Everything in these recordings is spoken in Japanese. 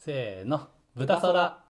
せーの、豚そら。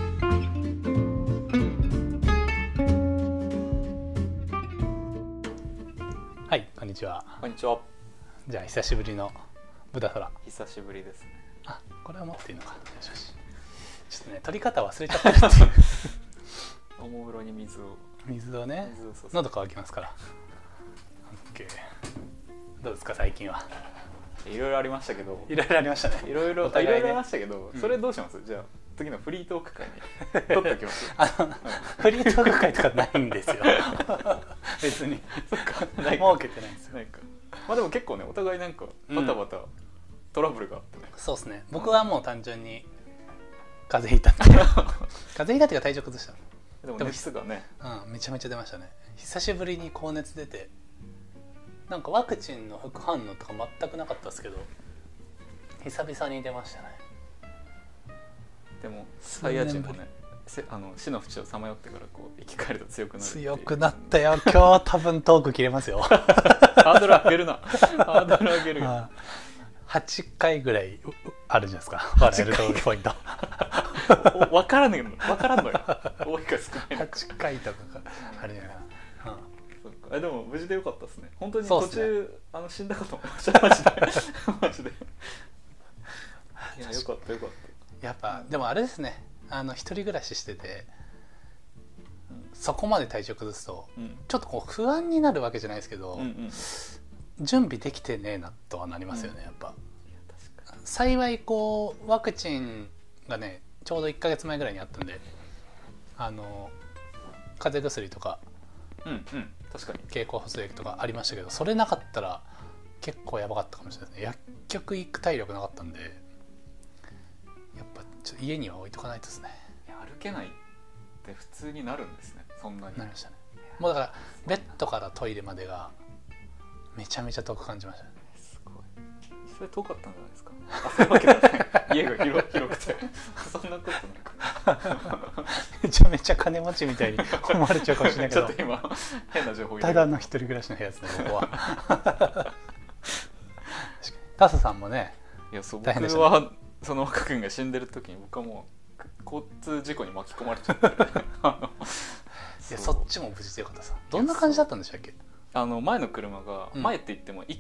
はい、こんにちは。 こんにちは。 じゃあ久しぶりの豚そら。 久しぶりですね。 あ、これは持っていいのか。よしよし。ちょっとね、取り方忘れちゃったりっていうおもむろに水をね、 水を注ぐ喉乾きますから。OK。どうですか最近は。 いろいろありましたけど、 いろいろありましたね。 いろいろありましたけど、それどうします？じゃあ次のフリートーク会に取っておきます。 フリートーク会とかないんですよ。別に。 そっか。 設けてないんですよ。 なんかまあでも結構ね、お互いなんかバタバタトラブルがあってね。 そうですね。僕はもう単純に風邪ひいたっていう。風邪ひいたっていうか体調崩した。 でも熱がね、 めちゃめちゃ出ましたね。久しぶりに高熱出て、なんかワクチンの副反応とか全くなかったですけど、久々に出ましたね。 でもサイヤ人もね、死の淵をさまよってからこう生き返ると強くなる。 強くなったよ。今日多分トーク切れますよ。 ハードル上げるな。ハードル上げるよ。 8回ぐらいあるじゃないですか。笑えるトークポイント。 分からんのよ。多いか少ないのか。 8回とかがあるじゃないかな。 でも無事でよかったですね。本当に途中、死んだかと思いました。マジで。いや、よかったよかった。 やっぱでもあれですね。一人暮らししてて、そこまで体調崩すと、ちょっとこう不安になるわけじゃないですけど、準備できてねえなとはなりますよね。やっぱ。幸いこうワクチンがねちょうど1ヶ月前ぐらいにあったんで、風邪薬とか、 確かに経口補水液とかありましたけど、それなかったら結構やばかったかもしれないですね。薬局行く体力なかったんで、やっぱちょっと家には置いとかないとですね。 いや、歩けないって普通になるんですね。そんなになりましたね。もうだからベッドからトイレまでがめちゃめちゃ遠く感じましたね。 すごい。それ遠かったんじゃないですか。そういうわけじゃない。家が広くてそんなことなくめちゃめちゃ金持ちみたいに思われちゃうかもしれないけど、 ちょっと今変な情報入れる。 ただの一人暮らしの部屋ですね、ここは。タサさんもね、 いや、そう、僕はその若君が死んでる時に僕はもう交通事故に巻き込まれちゃっていや、そっちも無事でよかったさ。どんな感じだったんでしたっけ？ 前の車が、前って言っても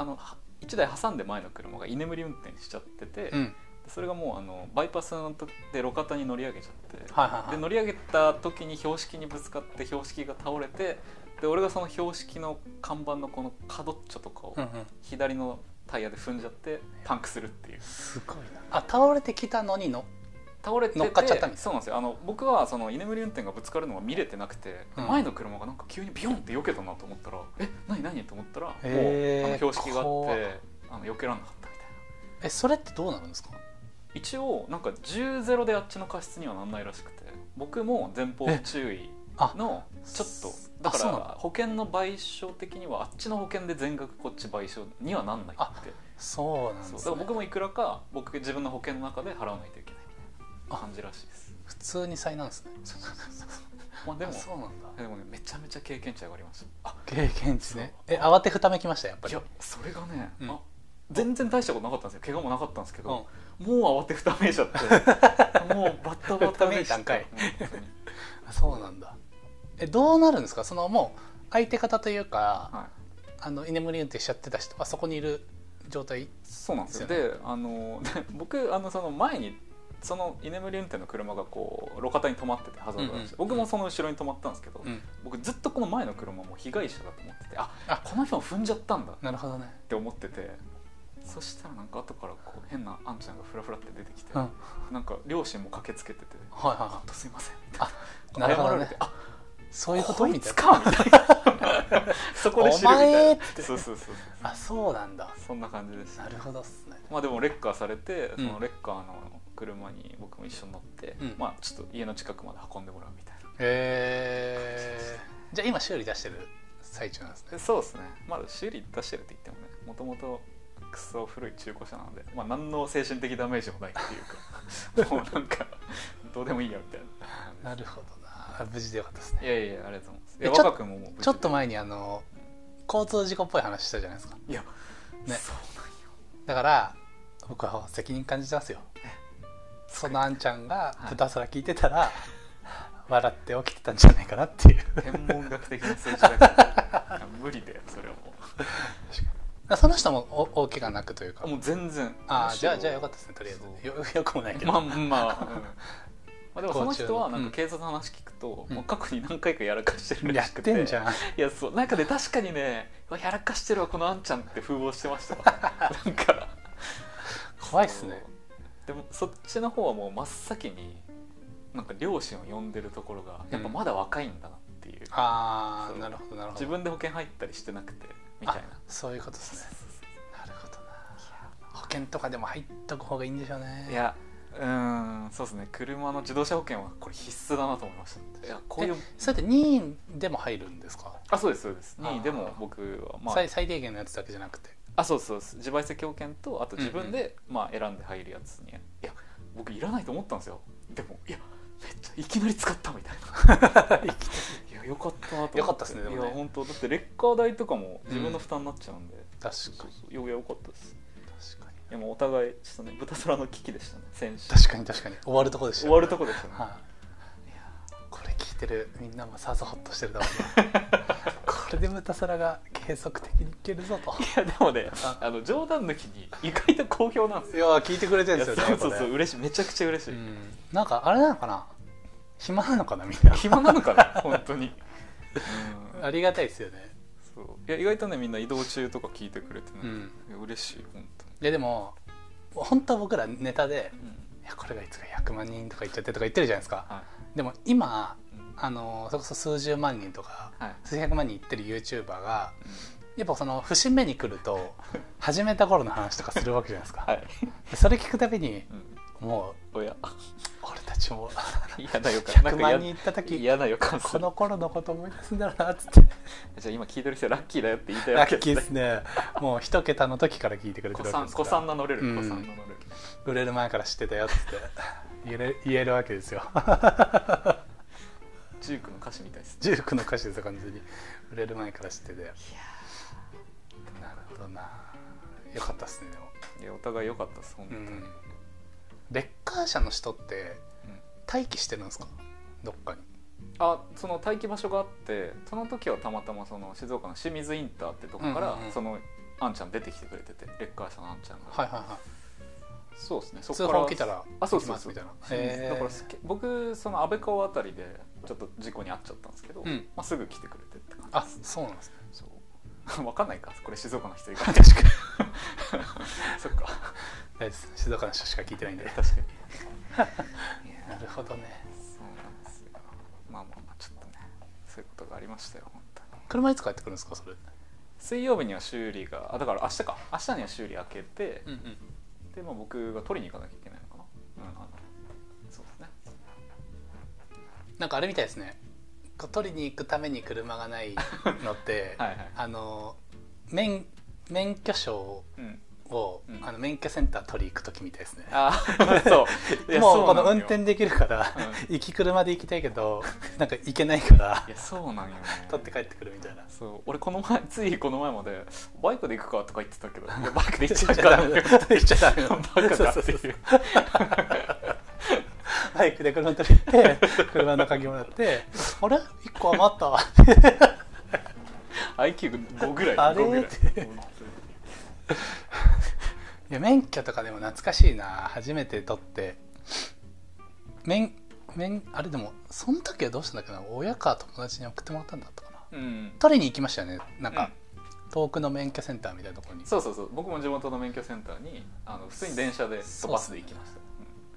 1台挟んで前の車が居眠り運転しちゃってて、それがもうバイパスの時で路肩に乗り上げちゃって、で乗り上げた時に標識にぶつかって標識が倒れて、で俺がその標識の看板のこの角っちょとかを左のタイヤで踏んじゃってパンクするっていう。 すごいな。倒れてきたのに倒れてて乗っかっちゃったんです。 そうなんですよ。僕はその居眠り運転がぶつかるのが見れてなくて、前の車がなんか急にビヨンって避けたなと思ったら、何と思ったら、もう標識があって避けらんなかったみたいな。 それってどうなるんですか？ 一応なんか10-0であっちの過失にはなんないらしくて、僕も前方不注意のちょっとだから保険の賠償的にはあっちの保険で全額こっち賠償にはなんないって。 そうなんですね。 だから僕もいくらか自分の保険の中で払わないといけない感じらしいです。 普通に災難ですね。 まあでもそうなんだ。 でもね、めちゃめちゃ経験値上がりました。 経験値ね。慌てふためきましたやっぱり。 いや、それがね、全然大したことなかったんですよ。怪我もなかったんですけど、もう慌てふためいちゃってもうバッタバタでした。 そうなんだ。どうなるんですか？そのもう相手方というか、居眠り運転しちゃってた人はそこにいる状態。 そうなんですよ。で、僕その前にその居眠り運転の車がこう路肩に止まっててハザードがして、僕もその後ろに止まったんですけど、僕ずっとこの前の車も被害者だと思ってて、この人も踏んじゃったんだって思ってて、そしたらなんか後からこう変なあんちゃんがフラフラって出てきて、なんか両親も駆けつけてて「本当すいません」みたいな。謝られて、 そういうことみたいな。 こいつかみたいな。そこで知るみたいな。そう。 そうなんだ。 そんな感じです。 なるほどっすね。 まあでもレッカーされて、そのレッカーの車に僕も一緒に乗って、まあちょっと家の近くまで運んでもらうみたいな。 じゃあ今修理出してる最中なんですね。 そうですね。まだ修理出してるって言ってもね、もともとクソ古い中古車なので、まあ何の精神的ダメージもないっていうか、もうなんかどうでもいいやみたいな。 なるほどな。無事でよかったですね。 いやありがとうございます。若くんももう無事で。 ちょっと前に交通事故っぽい話したじゃないですか。 いや、 ね、 そうなんよ。 だから僕は責任感じてますよ。 そのあんちゃんが豚空聞いてたら、笑って起きてたんじゃないかなっていう。 天文学的な数字だから無理だよそれはもう。その人も大怪我なくというか。 もう全然。 じゃあよかったですね、とりあえず。よくもないけど。 でもその人はなんか警察の話聞くと、もう過去に何回かやらかしてるらしくて、 やってんじゃん。いやそうなんかね確かにねやらかしてるわこのあんちゃんって風貌してましたなんか怖いっすね。 でもそっちの方はもう真っ先になんか両親を呼んでるところがやっぱまだ若いんだなっていう、 なるほどなるほど。 自分で保険入ったりしてなくてみたいな。 そういうことですね。なるほどな。保険とかでも入っとく方がいいんでしょうね。 いやそうですね。車の自動車保険はこれ必須だなと思いました。いやこういうそれって任意でも入るんですか？ そうですそうです。任意でも僕は最低限のやつだけじゃなくて。 そうです自賠責保険とあと自分で選んで入るやつに、いや僕いらないと思ったんですよ。でもいやめっちゃいきなり使ったみたいな。いやよかったと思って。 よかったですね。でもね。 いや本当だってレッカー代とかも自分の負担になっちゃうんで。 確かに。 よかったです。 確かに。 いやもうお互いちょっとね豚空の危機でしたね先週。 確かに終わるとこでしたね。 終わるとこでしたね。 これ聞いてるみんなもさぞホッとしてるだろうな。これで豚空が継続的にいけるぞと。 いやでもね冗談抜きに意外と好評なんですよ。 いや聞いてくれてるんですよね。 そう嬉しい、めちゃくちゃ嬉しい。 なんかあれなのかな、暇なのかなみんな。 暇なのかな本当に。 ありがたいですよね。 そういや意外とねみんな移動中とか聞いてくれてね、嬉しい本当に。 いやでも本当は僕らネタで、いやこれがいつか100万人とか言っちゃってとか言ってるじゃないですか。でも今それこそ数十万人とか、数百万人いってる YouTuber が、やっぱその節目に来ると始めた頃の話とかするわけじゃないですか。それ聞くたびに、もう俺たちも100万人いった時嫌な予感この頃のこと思い出すんだろうなっつって。 じゃあ今聞いてる人ラッキーだよって言いたいわけですね。 ラッキーですね。もう一桁の時から聞いてくれてるわけですから。 子さん名乗れる。 売れる前から知ってたよっつって言えるわけですよ。 ジュークの歌詞みたいです。 ジュークの歌詞ですよ完全に。売れる前から知ってたよ。なるほどな。よかったですね。でもいやお互いよかったです本当に。 レッカー車の人って待機してるんですか？どっかに。 その待機場所があって、その時はたまたまその静岡の清水インターってとこからそのあんちゃん出てきてくれてて、レッカー車のあんちゃんが。そうですね。 そこから通報来たらそうみたいな。だから僕その安倍川あたりでちょっと事故に遭っちゃったんですけど、すぐ来てくれてって感じです。 そうなんですね。 分かんないかこれ静岡の人いるから。 確かに。 そっか。 静岡の人しか聞いてないんで。 確かに。 なるほどね。 そうなんですよ。まあちょっとねそういうことがありましたよ本当に。 車いつ帰ってくるんですかそれ？ 水曜日には修理がだから明日には修理開けて、で僕が取りに行かなきゃいけないのかな。そうですね。 なんかあれみたいですね。取りに行くために車がないのって免許証を、免許センター取り行く時みたいですね。そうもうこの運転できるから、行き車で行きたいけどなんか行けないからそうなんよね。 取って帰ってくるみたいな。 そう俺ついこの前までバイクで行くかとか言ってたけど、バイクで行っちゃダメ。行っちゃダメ。バカだっていう。 バイクで車取り行って車の鍵もらってあれ1個余ったわ。 IQ5 ぐらい。 あれっていや免許とかでも懐かしいな。初めて取ってあれでもその時はどうしたんだっけな。親か友達に送ってもらったんだったかな、取りに行きましたよね。なんか、遠くの免許センターみたいなところに。 そう僕も地元の免許センターに普通に電車でとバスで行きました。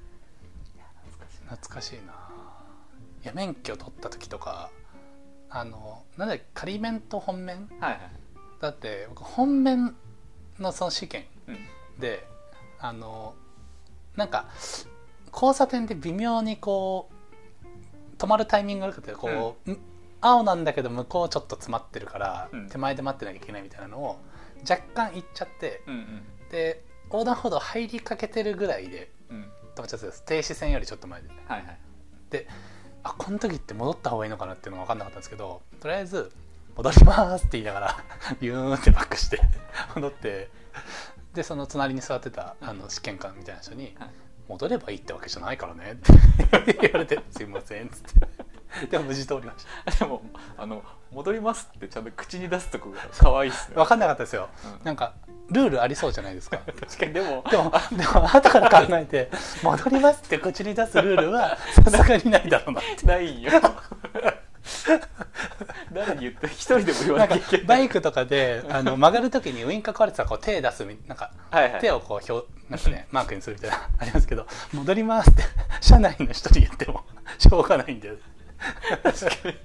懐かしいな。いや免許取った時とかなんで仮免と本免、だって僕本免のその試験で、なんか交差点で微妙にこう止まるタイミングが悪くてこう、青なんだけど向こうちょっと詰まってるから、手前で待ってなきゃいけないみたいなのを若干行っちゃって、で横断歩道入りかけてるぐらいで止まっちゃったんです。停止線よりちょっと前で。でこの時って戻った方がいいのかなっていうのが分かんなかったんですけど、とりあえず戻りますって言いながらビューンってバックして戻って、でその隣に座ってた試験官みたいな人に戻ればいいってわけじゃないからねって言われてすいませんっつってでも無事通りましたでも戻りますってちゃんと口に出すとこが可愛いっすね。 分かんなかったですよ、なんかルールありそうじゃないですか確かに。でも後から考えて戻りますって口に出すルールはさすがにないだろうなってないよ誰に言って一人でも言わなきゃいけない。 バイクとかで曲がるときにウインカー壊れてたらこう手出すなんか、はいはい、手をこうなんかねマークにするみたいなありますけど戻りますって車内の人に言ってもしょうがないんで確かに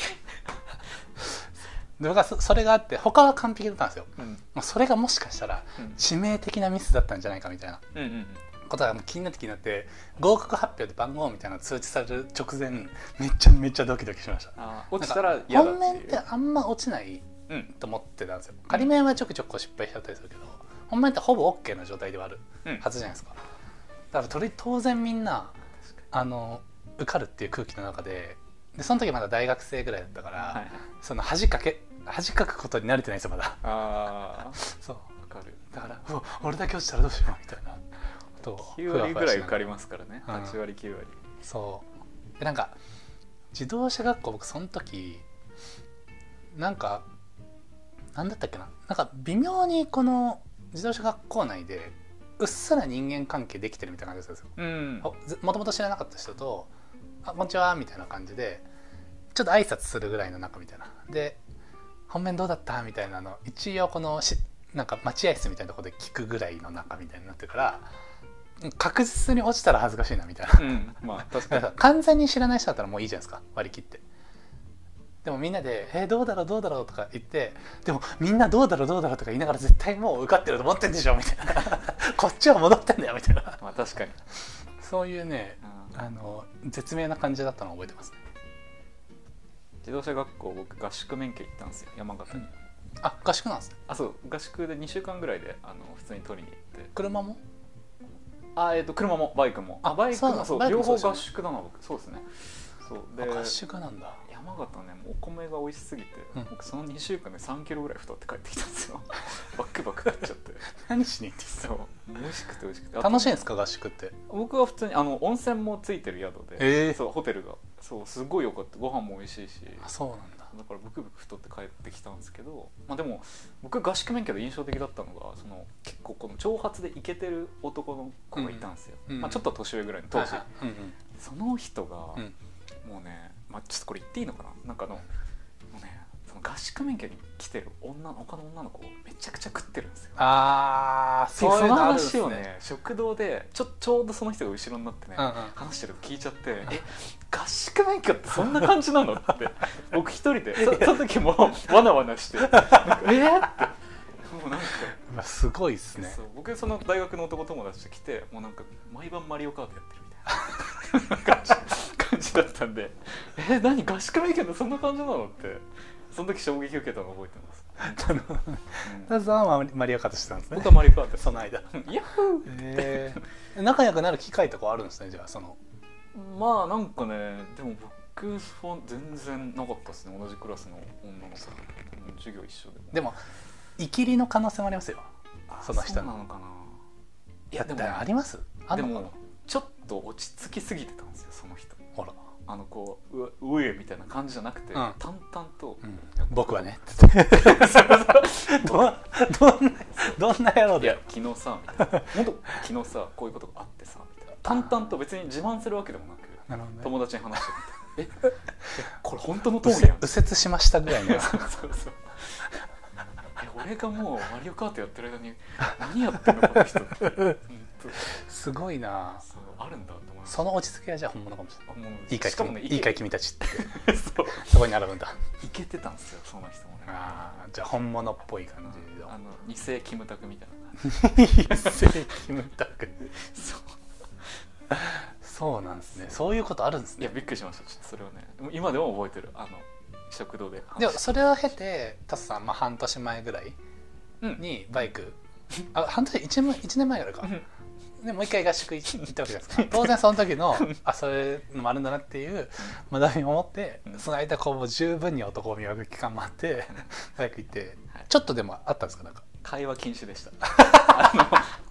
僕はそれがあって他は完璧だったんですよ、それがもしかしたら致命的なミスだったんじゃないかみたいなことが気になって合格発表で番号みたいなの通知される直前めちゃドキドキしました。 落ちたら嫌だっていう。 本面ってあんま落ちないと思ってたんですよ、仮面はちょくちょく失敗しちゃったりするけど本面ってほぼ OK な状態ではあるはずじゃないですか、だから当然みんな受かるっていう空気の中でその時まだ大学生ぐらいだったから、はいはい、その恥かくことに慣れてないんですよまだ。そう分かる。 だから俺だけ落ちたらどうしようみたいな 9割ぐらい受かりますからね、8割9割。 そうでなんか自動車学校僕その時なんだったっけな、なんか微妙にこの自動車学校内でうっすら人間関係できてるみたいな感じですよ、もともと知らなかった人とこんにちはみたいな感じでちょっと挨拶するぐらいの仲みたいなで本面どうだったみたいなの一応このなんか待合室みたいなところで聞くぐらいの仲みたいになってるから確実に落ちたら恥ずかしいなみたいな、まあ確かに完全に知らない人だったらもういいじゃないですか割り切って。でもみんなでどうだろうとか言ってでもみんなどうだろうとか言いながら絶対もう受かってると思ってんでしょみたいなこっちは戻ってんだよみたいな、 まあ確かにそういうね絶妙な感じだったのを覚えてますね。 自動車学校僕合宿免許行ったんですよ山形に。 合宿なんですね。 そう合宿で2週間ぐらいで普通に取りに行って。 車も車もバイクもバイクもそう両方合宿だな僕。そうですね。そうで合宿なんだ。 山形ねもうお米が美味しすぎて、僕その2週間で3キロぐらい太って帰ってきたんですよバックバックなっちゃって何しに行ってそう美味しくて楽しいんですか合宿って。 僕は普通に温泉もついてる宿で、そうホテルがそうすごい良かった。ご飯も美味しいし。 そうなんだ。 だからブクブク太って帰ってきたんですけど、でも僕合宿免許で印象的だったのが結構この長髪でイケてる男の子がいたんですよ、ちょっと年上ぐらいの当時、その人が、もうね、ちょっとこれ言っていいのかな、なんかもうねその合宿免許に来てる他の女の子をめちゃくちゃ食ってるんですよ。 そういうのあるんですね。 その話をね食堂でちょうどその人が後ろになってね、話してると聞いちゃって合宿免許ってそんな感じなのって僕一人でその時もわなわなしてってもうなんかすごいですね。 僕その大学の男友達と来てもうなんか毎晩マリオカートやってるみたいな感じだったんで何合宿免許ってそんな感じなのってその時衝撃受けたのを覚えてます。 タズさんはマリオカートしてたんですね。 僕はマリオカートその間ヤッホー仲良くなる機会とかあるんですね。じゃあなんかねでも僕は全然なかったですね。同じクラスの女の子授業一緒でもイキリの可能性もありますよ。その人そうなのかな。 いやでもあります。 でもちょっと落ち着きすぎてたんですよその人。 ほらこう上みたいな感じじゃなくて、淡々と、 僕はねどんな野郎で。 いや昨日さみたいな本当昨日さこういうことがあってさみたいな淡々と別に自慢するわけでもなく友達に話してみたいなこれ本当のトーンやん右折しましたぐらいのそう俺がもうマリオカートやってる間に何やってんのこの人ってすごいな。 あるんだと思います。 その落ち着きはじゃあ本物かもしれない。いいかい君たちってそこに並ぶんだ。 いけてたんですよその人もね。 じゃあ本物っぽい感じの偽キムタクみたいな感じ。 偽キムタクそうなんですね。そういうことあるんですね。 いやびっくりしました。ちょっとそれをね今でも覚えてる食堂で。 でもそれを経てタスさん半年前ぐらいにバイク半年1年前ぐらいかでもう一回合宿行ったわけじゃないですか。当然その時のそういうのもあるんだなっていう学びを持ってその間もう十分に男を磨く期間もあってバイク行ってちょっとでもあったんですか。なんか会話禁止でした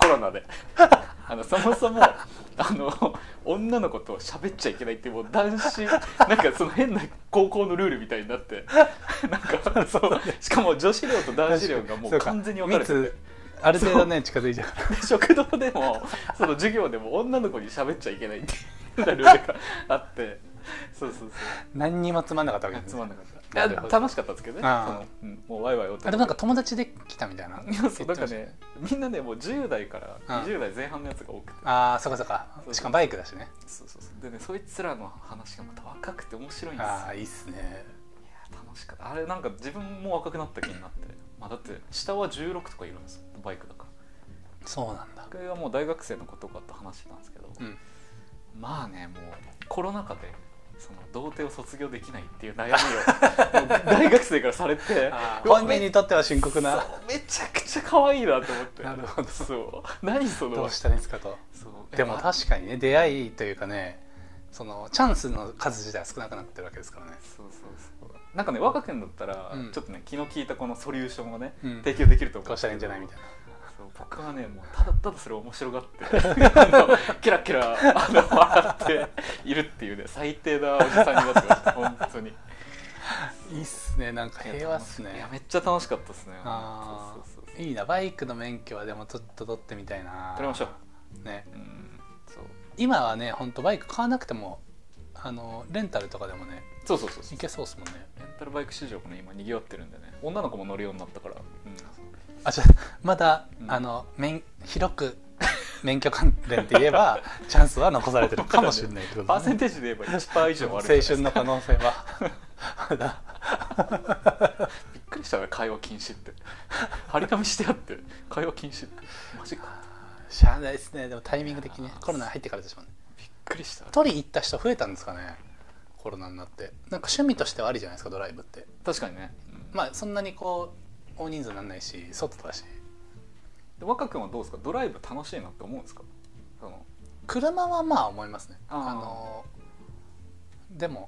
コロナでそもそも女の子と喋っちゃいけないってもう男子なんかその変な高校のルールみたいになってなんかそうしかも女子寮と男子寮がもう完全に分かれててある程度ね近づいちゃうから食堂でもその授業でも女の子に喋っちゃいけないっていうルールがあってそう何にもつまんなかったわけです、 ね、つまんなかった楽しかったんですけどねもうワイワイあれなんか友達できたみたいなそうなんかねみんなねもう10代から20代前半のやつが多くてああそうかそうかしかもバイクだしねそうでねそいつらの話がまた若くて面白いんですよああいいっすねいや楽しかったあれなんか自分も若くなった気になってまあだって下は16とかいるんですよバイクだからそうなんだこれはもう大学生の子とかと話してたんですけど、まあねもうコロナ禍でその童貞を卒業できないっていう悩みを大学生からされて本人にとっては深刻なめちゃくちゃ可愛いなと思ってなるほどそう何そのどうしたらいいですかとでも確かにね出会いというかねそのチャンスの数自体は少なくなってるわけですからねそうなんかね若くんだったら、ちょっとね気の利いたこのソリューションをね、提供できると思うこうしたらいいんじゃないみたいな僕はねもうただそれを面白がってキラキラ笑っているっていうね最低なおじさんになってました本当にいいっすねなんか平和っすねいやめっちゃ楽しかったっすねそういいなバイクの免許はでもちょっと取ってみたいな取りましょうねそう今はね本当バイク買わなくてもレンタルとかでもねそういけそうっすもんねレンタルバイク市場もね今にぎわってるんでね女の子も乗るようになったから、 あじゃまだ、広く免許関連って言えばチャンスは残されてるかもしれないってこと、ね、 パーセンテージで言えば 1% 以上ある青春の可能性はまだびっくりしたね会話禁止って張り紙してあって会話禁止ってマジかしゃあないですねでもタイミング的にねコロナ入ってからでしょうねびっくりした取り行った人増えたんですかねコロナになってなんか趣味としてはありじゃないですかドライブって確かにね、 まあそんなにこう大人数にならないし外だし若君はどうですかドライブ楽しいなって思うんですか車はまあ思いますねでも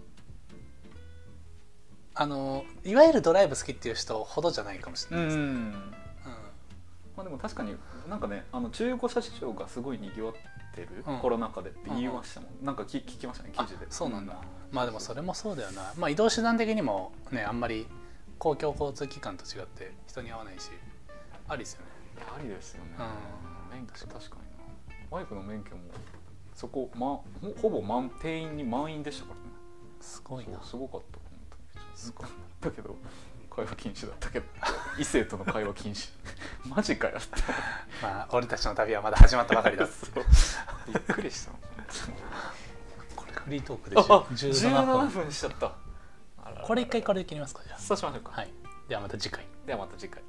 いわゆるドライブ好きっていう人ほどじゃないかもしれないですねまあ、でも確かになんかね中古車市場がすごいにぎわってる、コロナ禍でって言いましたもん、なんか聞きましたね記事でそうなんだ、まあでもそれもそうだよな、まあ、移動手段的にもねあんまり公共交通機関と違って人に会わないしありですよねありですよね、免許確かになバイクの免許もそこ、ほぼ定員に満員でしたからねすごいなすごかった本当にすごかったけど会話禁止だったけど異性との会話禁止マジかよってまあ俺たちの旅はまだ始まったばかりだびっくりしたこれフリートークで 17分しちゃったこれ一回これで切りますかじゃあそうしましょうかはいではまた次回